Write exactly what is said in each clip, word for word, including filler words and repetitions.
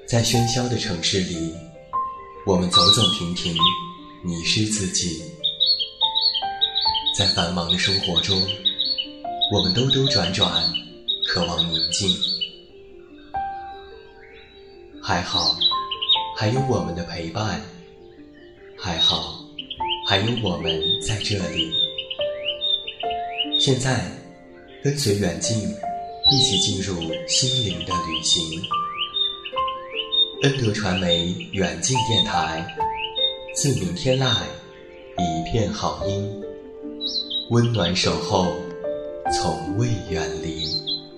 在喧嚣的城市里，我们走走停停，迷失自己。在繁忙的生活中，我们兜兜转转，渴望宁静。还好，还有我们的陪伴，还好，还有我们在这里。现在，跟随远近，一起进入心灵的旅行。恩德传媒远近电台，自鸣天籁，一片好音，温暖守候，从未远离。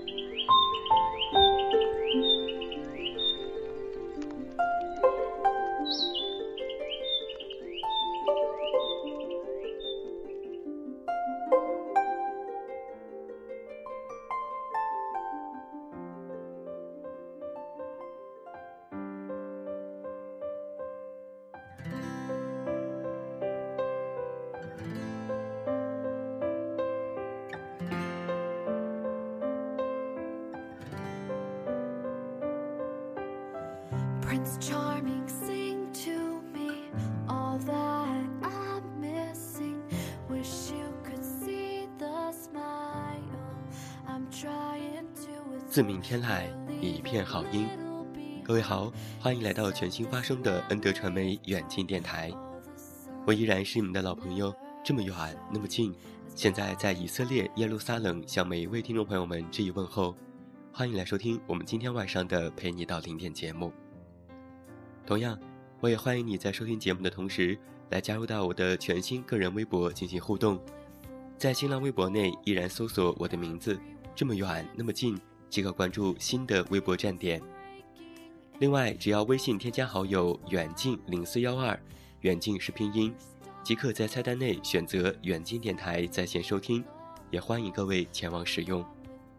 Prince Charming, sing to me all that I'm missing. Wish you could see the smile I'm trying to. 自鸣天籁，一片好音。各位好，欢迎来到全新发声的恩德传媒远近电台。我依然是你们的老朋友，这么远那么近。现在在以色列耶路撒冷向每一位听众朋友们致以问候，欢迎来收听我们今天晚上的陪你到零点节目。同样，我也欢迎你在收听节目的同时，来加入到我的全新个人微博进行互动。在新浪微博内依然搜索我的名字，这么远那么近，即可关注新的微博站点。另外，只要微信添加好友远近零四一二，远近是拼音，即可在菜单内选择远近电台在线收听，也欢迎各位前往使用。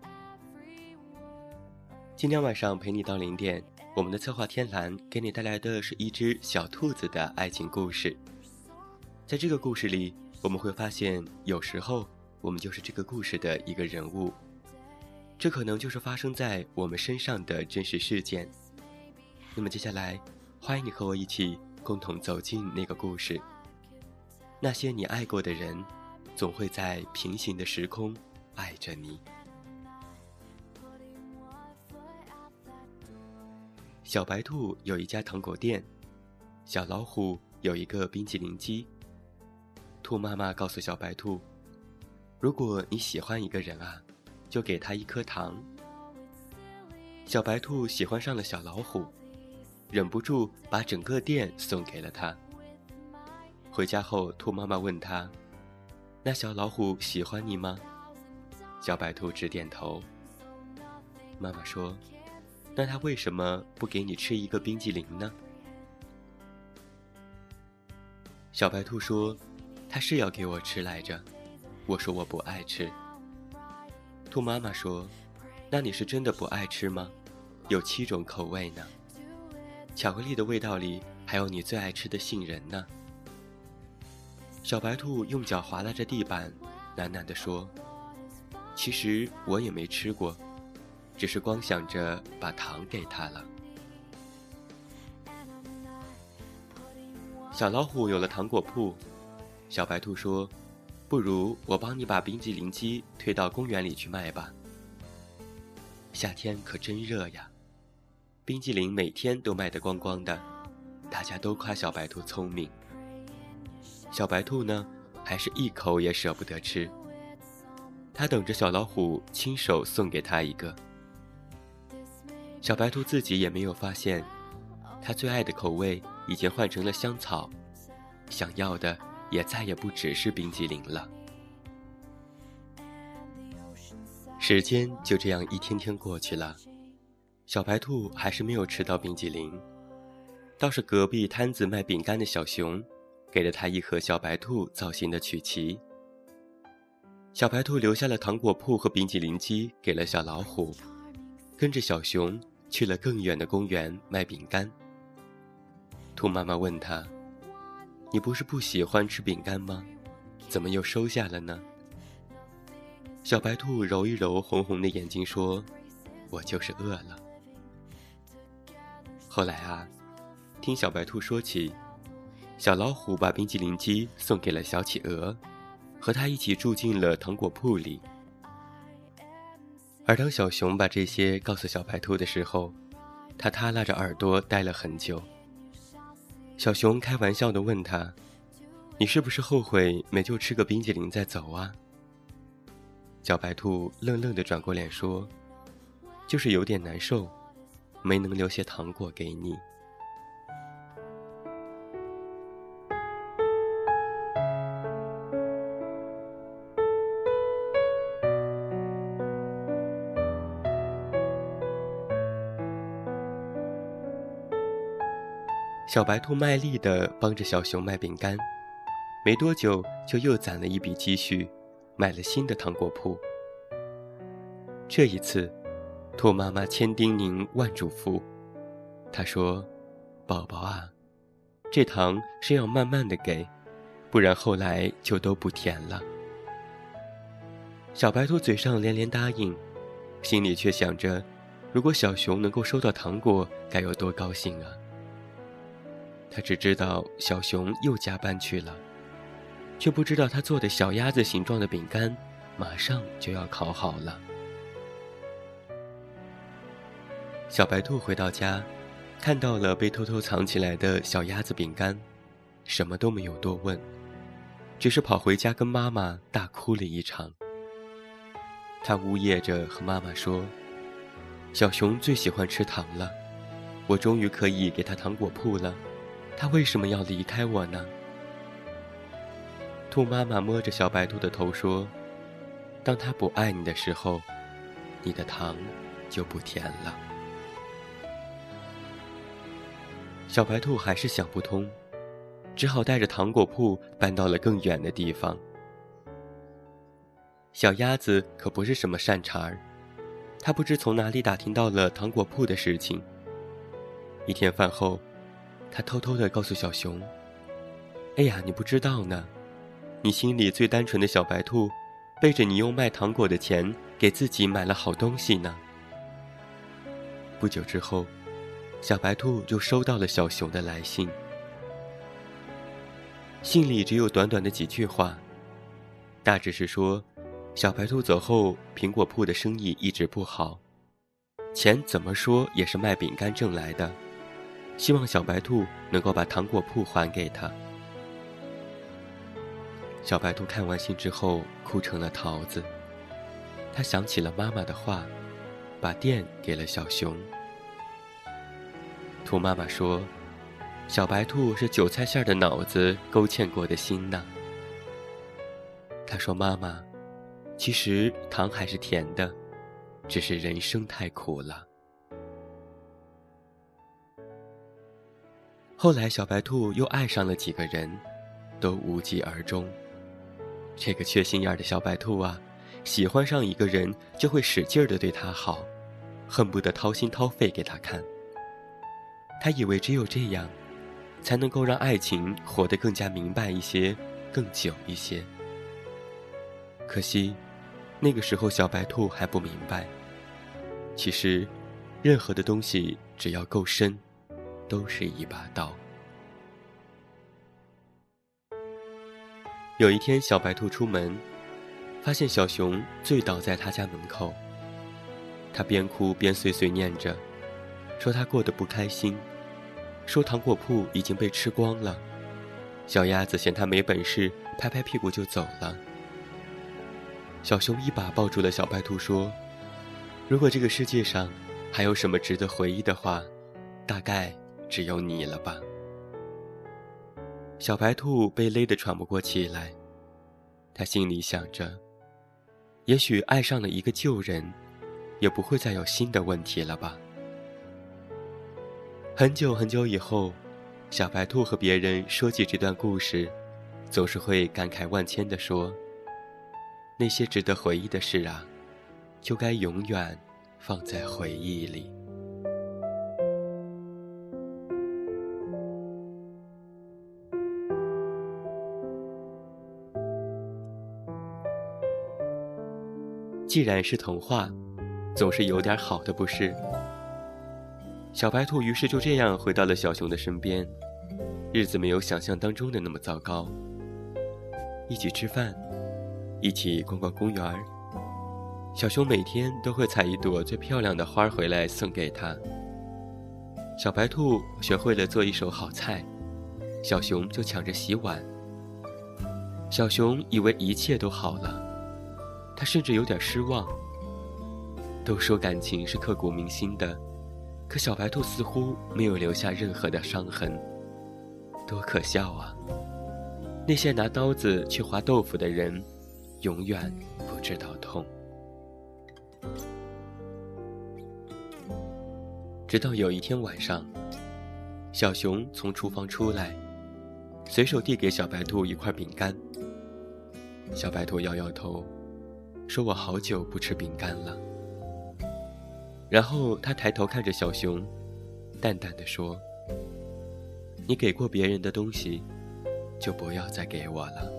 今天晚上陪你到零点，我们的策划天蓝给你带来的是一只小兔子的爱情故事。在这个故事里，我们会发现有时候我们就是这个故事的一个人物，这可能就是发生在我们身上的真实事件。那么接下来，欢迎你和我一起共同走进那个故事。那些你爱过的人，总会在平行的时空爱着你。小白兔有一家糖果店，小老虎有一个冰淇淋机。兔妈妈告诉小白兔，如果你喜欢一个人啊，就给他一颗糖。小白兔喜欢上了小老虎，忍不住把整个店送给了他。回家后，兔妈妈问他，那小老虎喜欢你吗？小白兔直点头。妈妈说，那他为什么不给你吃一个冰激凌呢？小白兔说，他是要给我吃来着，我说我不爱吃。兔妈妈说，那你是真的不爱吃吗？有七种口味呢，巧克力的味道里还有你最爱吃的杏仁呢。小白兔用脚划拉着地板，喃喃地说，其实我也没吃过，只是光想着把糖给他了。小老虎有了糖果铺，小白兔说，不如我帮你把冰激凌机推到公园里去卖吧。夏天可真热呀，冰激凌每天都卖得光光的，大家都夸小白兔聪明。小白兔呢，还是一口也舍不得吃，他等着小老虎亲手送给他一个。小白兔自己也没有发现，他最爱的口味已经换成了香草，想要的也再也不只是冰激凌了。时间就这样一天天过去了，小白兔还是没有吃到冰激凌，倒是隔壁摊子卖饼干的小熊给了他一盒小白兔造型的曲奇。小白兔留下了糖果铺和冰激凌机给了小老虎，跟着小熊去了更远的公园卖饼干。兔妈妈问他，你不是不喜欢吃饼干吗？怎么又收下了呢？小白兔揉一揉红红的眼睛说，我就是饿了。 后来啊，听小白兔说起，小老虎把冰激凌机送给了小企鹅，和他一起住进了糖果铺里。而当小熊把这些告诉小白兔的时候，他耷拉着耳朵呆了很久。小熊开玩笑地问他：“你是不是后悔没就吃个冰激凌再走啊？”小白兔愣愣地转过脸说：“就是有点难受，没能留些糖果给你。”小白兔卖力地帮着小熊卖饼干，没多久就又攒了一笔积蓄，买了新的糖果铺。这一次，兔妈妈千叮咛万嘱咐，她说：“宝宝啊，这糖是要慢慢的给，不然后来就都不甜了。”小白兔嘴上连连答应，心里却想着，如果小熊能够收到糖果，该有多高兴啊！他只知道小熊又加班去了，却不知道他做的小鸭子形状的饼干马上就要烤好了。小白兔回到家，看到了被偷偷藏起来的小鸭子饼干，什么都没有多问，只是跑回家跟妈妈大哭了一场。他呜咽着和妈妈说：“小熊最喜欢吃糖了，我终于可以给他糖果铺了，他为什么要离开我呢？”兔妈妈摸着小白兔的头说：“当他不爱你的时候，你的糖就不甜了。”小白兔还是想不通，只好带着糖果铺搬到了更远的地方。小鸭子可不是什么善茬儿，它不知从哪里打听到了糖果铺的事情。一天饭后，他偷偷地告诉小熊：“哎呀，你不知道呢，你心里最单纯的小白兔，背着你用卖糖果的钱给自己买了好东西呢。”不久之后，小白兔就收到了小熊的来信。信里只有短短的几句话，大致是说，小白兔走后，苹果铺的生意一直不好，钱怎么说也是卖饼干挣来的，希望小白兔能够把糖果铺还给他。小白兔看完信之后哭成了桃子，他想起了妈妈的话，把店给了小熊。兔妈妈说：“小白兔是韭菜馅的脑子勾芡过的心呐。”他说：“妈妈，其实糖还是甜的，只是人生太苦了。”后来小白兔又爱上了几个人，都无疾而终。这个缺心眼的小白兔啊，喜欢上一个人就会使劲地对他好，恨不得掏心掏肺给他看。他以为只有这样，才能够让爱情活得更加明白一些，更久一些。可惜，那个时候小白兔还不明白，其实，任何的东西只要够深，都是一把刀。有一天，小白兔出门，发现小熊醉倒在他家门口。他边哭边碎碎念着，说他过得不开心，说糖果铺已经被吃光了。小鸭子嫌他没本事，拍拍屁股就走了。小熊一把抱住了小白兔，说：“如果这个世界上还有什么值得回忆的话，大概只有你了吧。”小白兔被勒得喘不过气来，他心里想着，也许爱上了一个旧人，也不会再有新的问题了吧。很久很久以后，小白兔和别人说起这段故事，总是会感慨万千地说：“那些值得回忆的事啊，就该永远放在回忆里。”既然是童话，总是有点好的，不是？ 小白兔于是就这样回到了小熊的身边，日子没有想象当中的那么糟糕。一起吃饭，一起逛逛公园，小熊每天都会采一朵最漂亮的花回来送给他。小白兔学会了做一手好菜，小熊就抢着洗碗。小熊以为一切都好了，他甚至有点失望。都说感情是刻骨铭心的，可小白兔似乎没有留下任何的伤痕，多可笑啊！那些拿刀子去划豆腐的人，永远不知道痛。直到有一天晚上，小熊从厨房出来，随手递给小白兔一块饼干。小白兔摇摇头，说我好久不吃饼干了。然后他抬头看着小熊，淡淡地说，你给过别人的东西，就不要再给我了。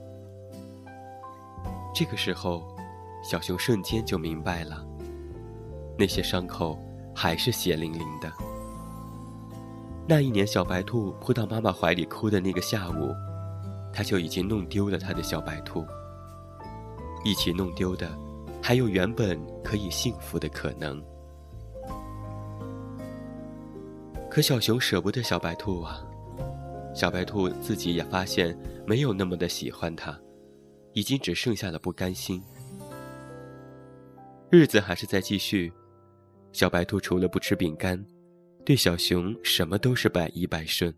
这个时候，小熊瞬间就明白了，那些伤口还是血淋淋的。那一年小白兔扑到妈妈怀里哭的那个下午，他就已经弄丢了他的小白兔。一起弄丢的，还有原本可以幸福的可能。可小熊舍不得小白兔啊，小白兔自己也发现没有那么的喜欢它，已经只剩下了不甘心。日子还是在继续，小白兔除了不吃饼干，对小熊什么都是百依百顺。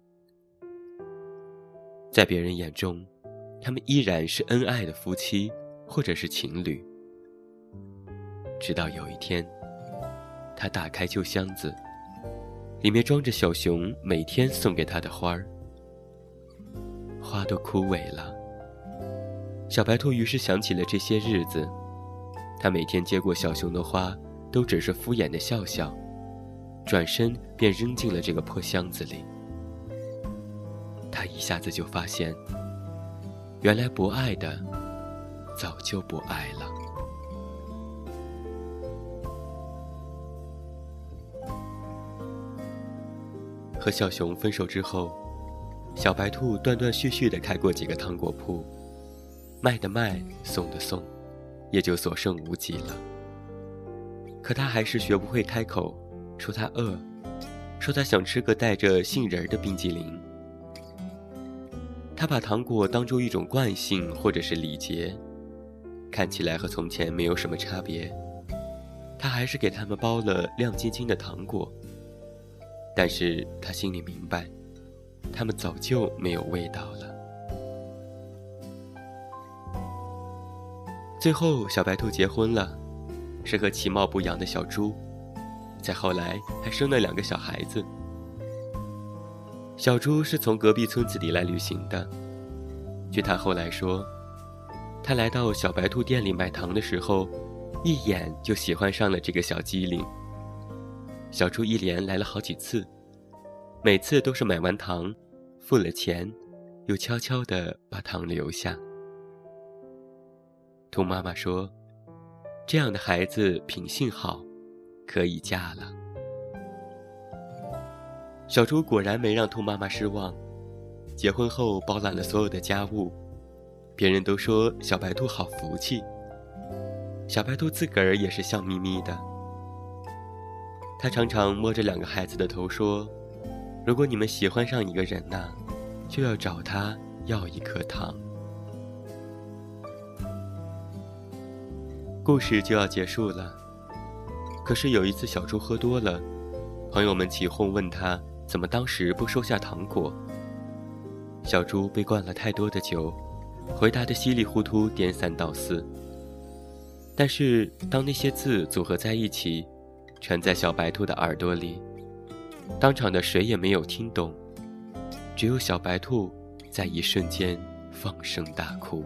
在别人眼中，他们依然是恩爱的夫妻，或者是情侣。直到有一天，他打开旧箱子，里面装着小熊每天送给他的花儿，花都枯萎了。小白兔于是想起了这些日子，他每天接过小熊的花，都只是敷衍的笑笑，转身便扔进了这个破箱子里。他一下子就发现，原来不爱的早就不爱了。和小熊分手之后，小白兔断断续续地开过几个糖果铺，卖的卖，送的送，也就所剩无几了。可他还是学不会开口，说他饿，说他想吃个带着杏仁的冰激凌。他把糖果当作一种惯性或者是礼节，看起来和从前没有什么差别。他还是给他们包了亮晶晶的糖果，但是他心里明白，他们早就没有味道了。最后小白兔结婚了，是个其貌不扬的小猪，再后来还生了两个小孩子。小猪是从隔壁村子里来旅行的，据他后来说，他来到小白兔店里买糖的时候，一眼就喜欢上了这个小机灵。小猪一连来了好几次，每次都是买完糖，付了钱，又悄悄地把糖留下。兔妈妈说，这样的孩子品性好，可以嫁了。小猪果然没让兔妈妈失望，结婚后包揽了所有的家务，别人都说小白兔好福气，小白兔自个儿也是笑眯眯的。他常常摸着两个孩子的头说，如果你们喜欢上一个人呐，就要找他要一颗糖。故事就要结束了，可是有一次小猪喝多了，朋友们起哄问他怎么当时不收下糖果。小猪被灌了太多的酒，回答得稀里糊涂，颠三倒四。但是当那些字组合在一起，传在小白兔的耳朵里，当场的谁也没有听懂，只有小白兔在一瞬间放声大哭。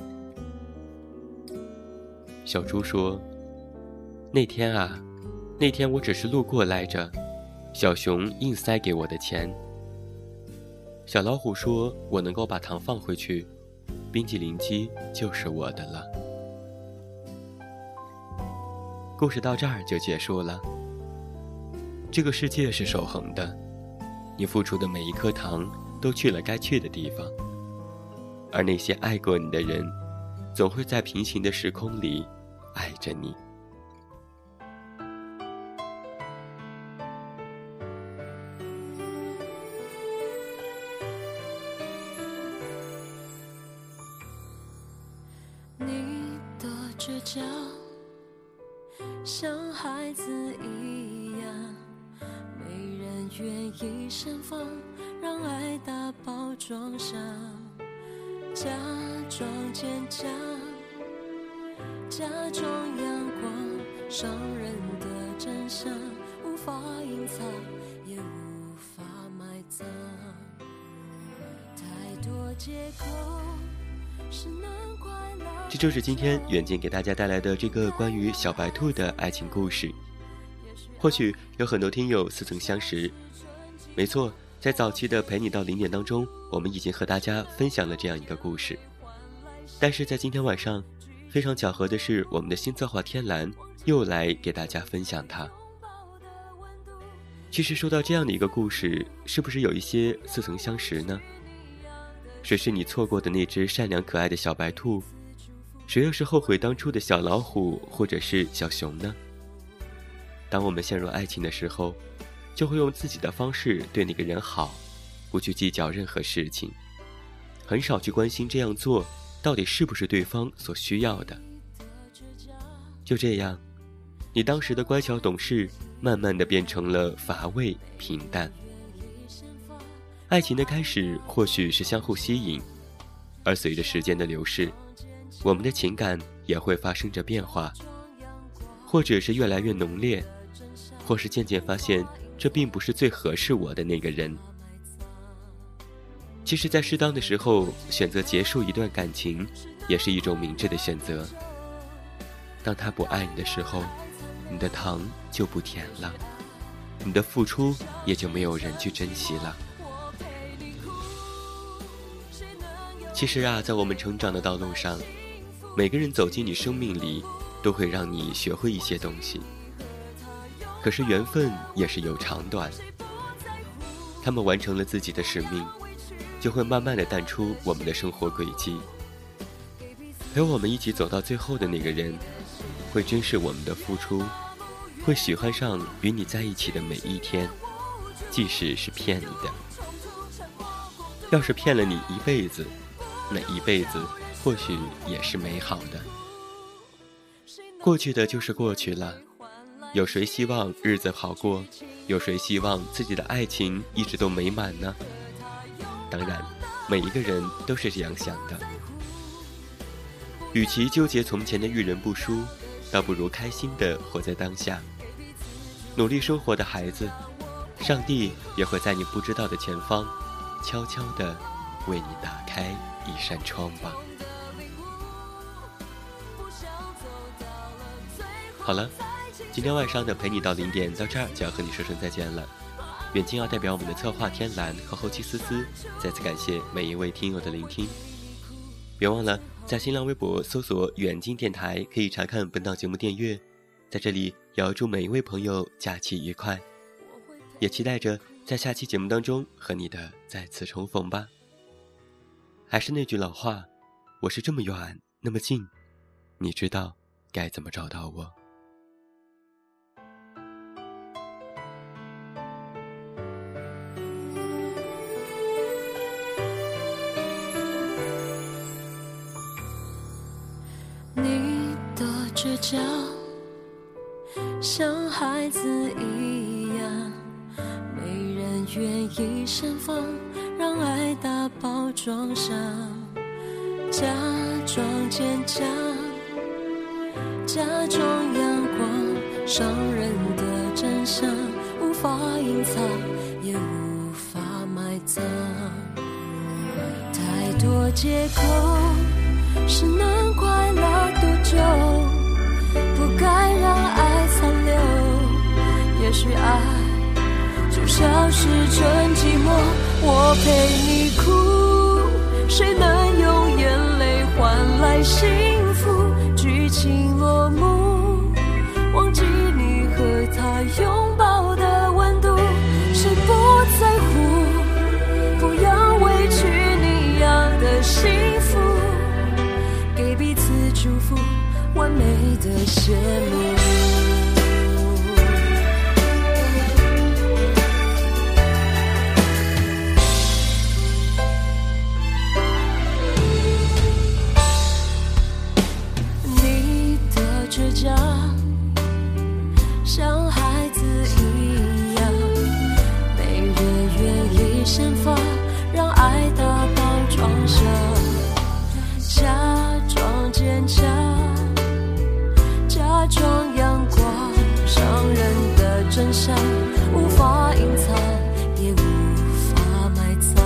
小猪说，那天啊，那天我只是路过来着，小熊硬塞给我的钱。小老虎说，我能够把糖放回去，冰激凌机就是我的了。故事到这儿就结束了。 这个世界是守恒的，你付出的每一颗糖都去了该去的地方，而那些爱过你的人，总会在平行的时空里爱着你。 你的倔强像孩子一样，没人愿意盛放，让爱打包装上，假装坚强，假装阳光，伤人的真相无法隐藏，也无法埋葬，太多借口是难怪了。 这就是今天远近给大家带来的这个关于小白兔的爱情故事。或许有很多听友似曾相识，没错，在早期的陪你到零点当中，我们已经和大家分享了这样一个故事。但是在今天晚上，非常巧合的是，我们的新策划天蓝又来给大家分享它。其实说到这样的一个故事，是不是有一些似曾相识呢？谁是你错过的那只善良可爱的小白兔？谁又是后悔当初的小老虎或者是小熊呢？当我们陷入爱情的时候，就会用自己的方式对那个人好，不去计较任何事情，很少去关心这样做到底是不是对方所需要的。就这样，你当时的乖巧懂事，慢慢的变成了乏味平淡。爱情的开始或许是相互吸引，而随着时间的流逝，我们的情感也会发生着变化，或者是越来越浓烈，或是渐渐发现这并不是最合适我的那个人。其实在适当的时候选择结束一段感情，也是一种明智的选择。当他不爱你的时候，你的糖就不甜了，你的付出也就没有人去珍惜了。其实啊，在我们成长的道路上，每个人走进你生命里，都会让你学会一些东西。可是缘分也是有长短，他们完成了自己的使命，就会慢慢的淡出我们的生活轨迹。陪我们一起走到最后的那个人，会珍视我们的付出，会喜欢上与你在一起的每一天，即使是骗你的。要是骗了你一辈子，那一辈子或许也是美好的。过去的就是过去了，有谁希望日子好过？有谁希望自己的爱情一直都美满呢？当然，每一个人都是这样想的。与其纠结从前的遇人不淑，倒不如开心地活在当下。努力生活的孩子，上帝也会在你不知道的前方，悄悄地为你打开一扇窗吧。好了，今天晚上的陪你到零点到这儿就要和你说声再见了。远近要代表我们的策划天蓝和后期思思，再次感谢每一位听友的聆听。别忘了在新浪微博搜索远近电台，可以查看本档节目订阅。在这里也要祝每一位朋友假期愉快，也期待着在下期节目当中和你的再次重逢吧。还是那句老话，我是这么远那么近，你知道该怎么找到我。 你的倔强像孩子一样，没人愿意盛放，让爱打包装上，假装坚强，假装阳光，伤人的真相无法隐藏，也无法埋葬，太多借口是难怪了多久，不该让爱残留，也许爱就像是纯寂寞。我陪你哭，谁能用眼泪换来幸福？剧情落幕，忘记你和他拥抱的温祝福，完美的谢幕。你的倔强像孩子一样，没人愿意先放，让爱打包装上，假装坚强，假装阳光，伤人的真相无法隐藏，也无法埋藏。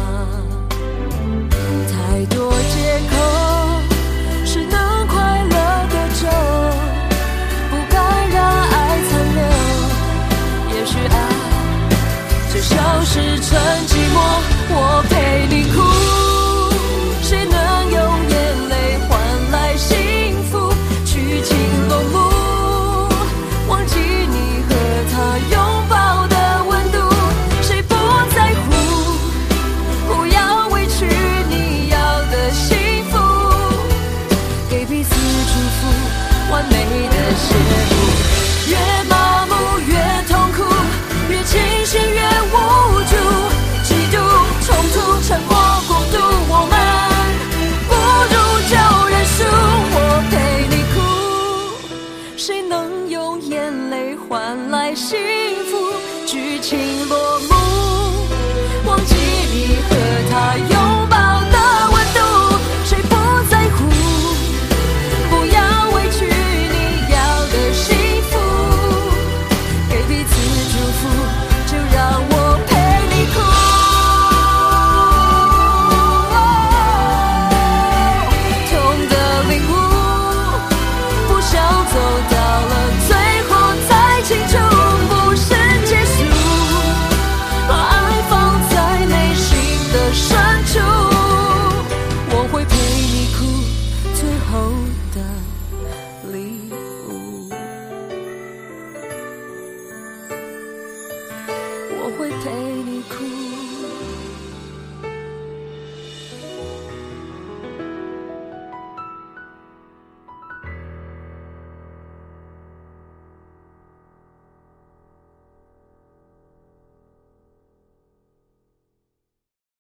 太多借口是能快乐的咒，不该让爱残留。也许爱就消失成寂寞，我陪你哭，谁能用眼泪换来幸福？去情落幕，忘记你和他拥抱的温度，谁不在乎？不要委屈你要的幸福，给彼此祝福，完美的谢幕。越麻木越痛苦，越清醒越无助，嫉妒冲突沉默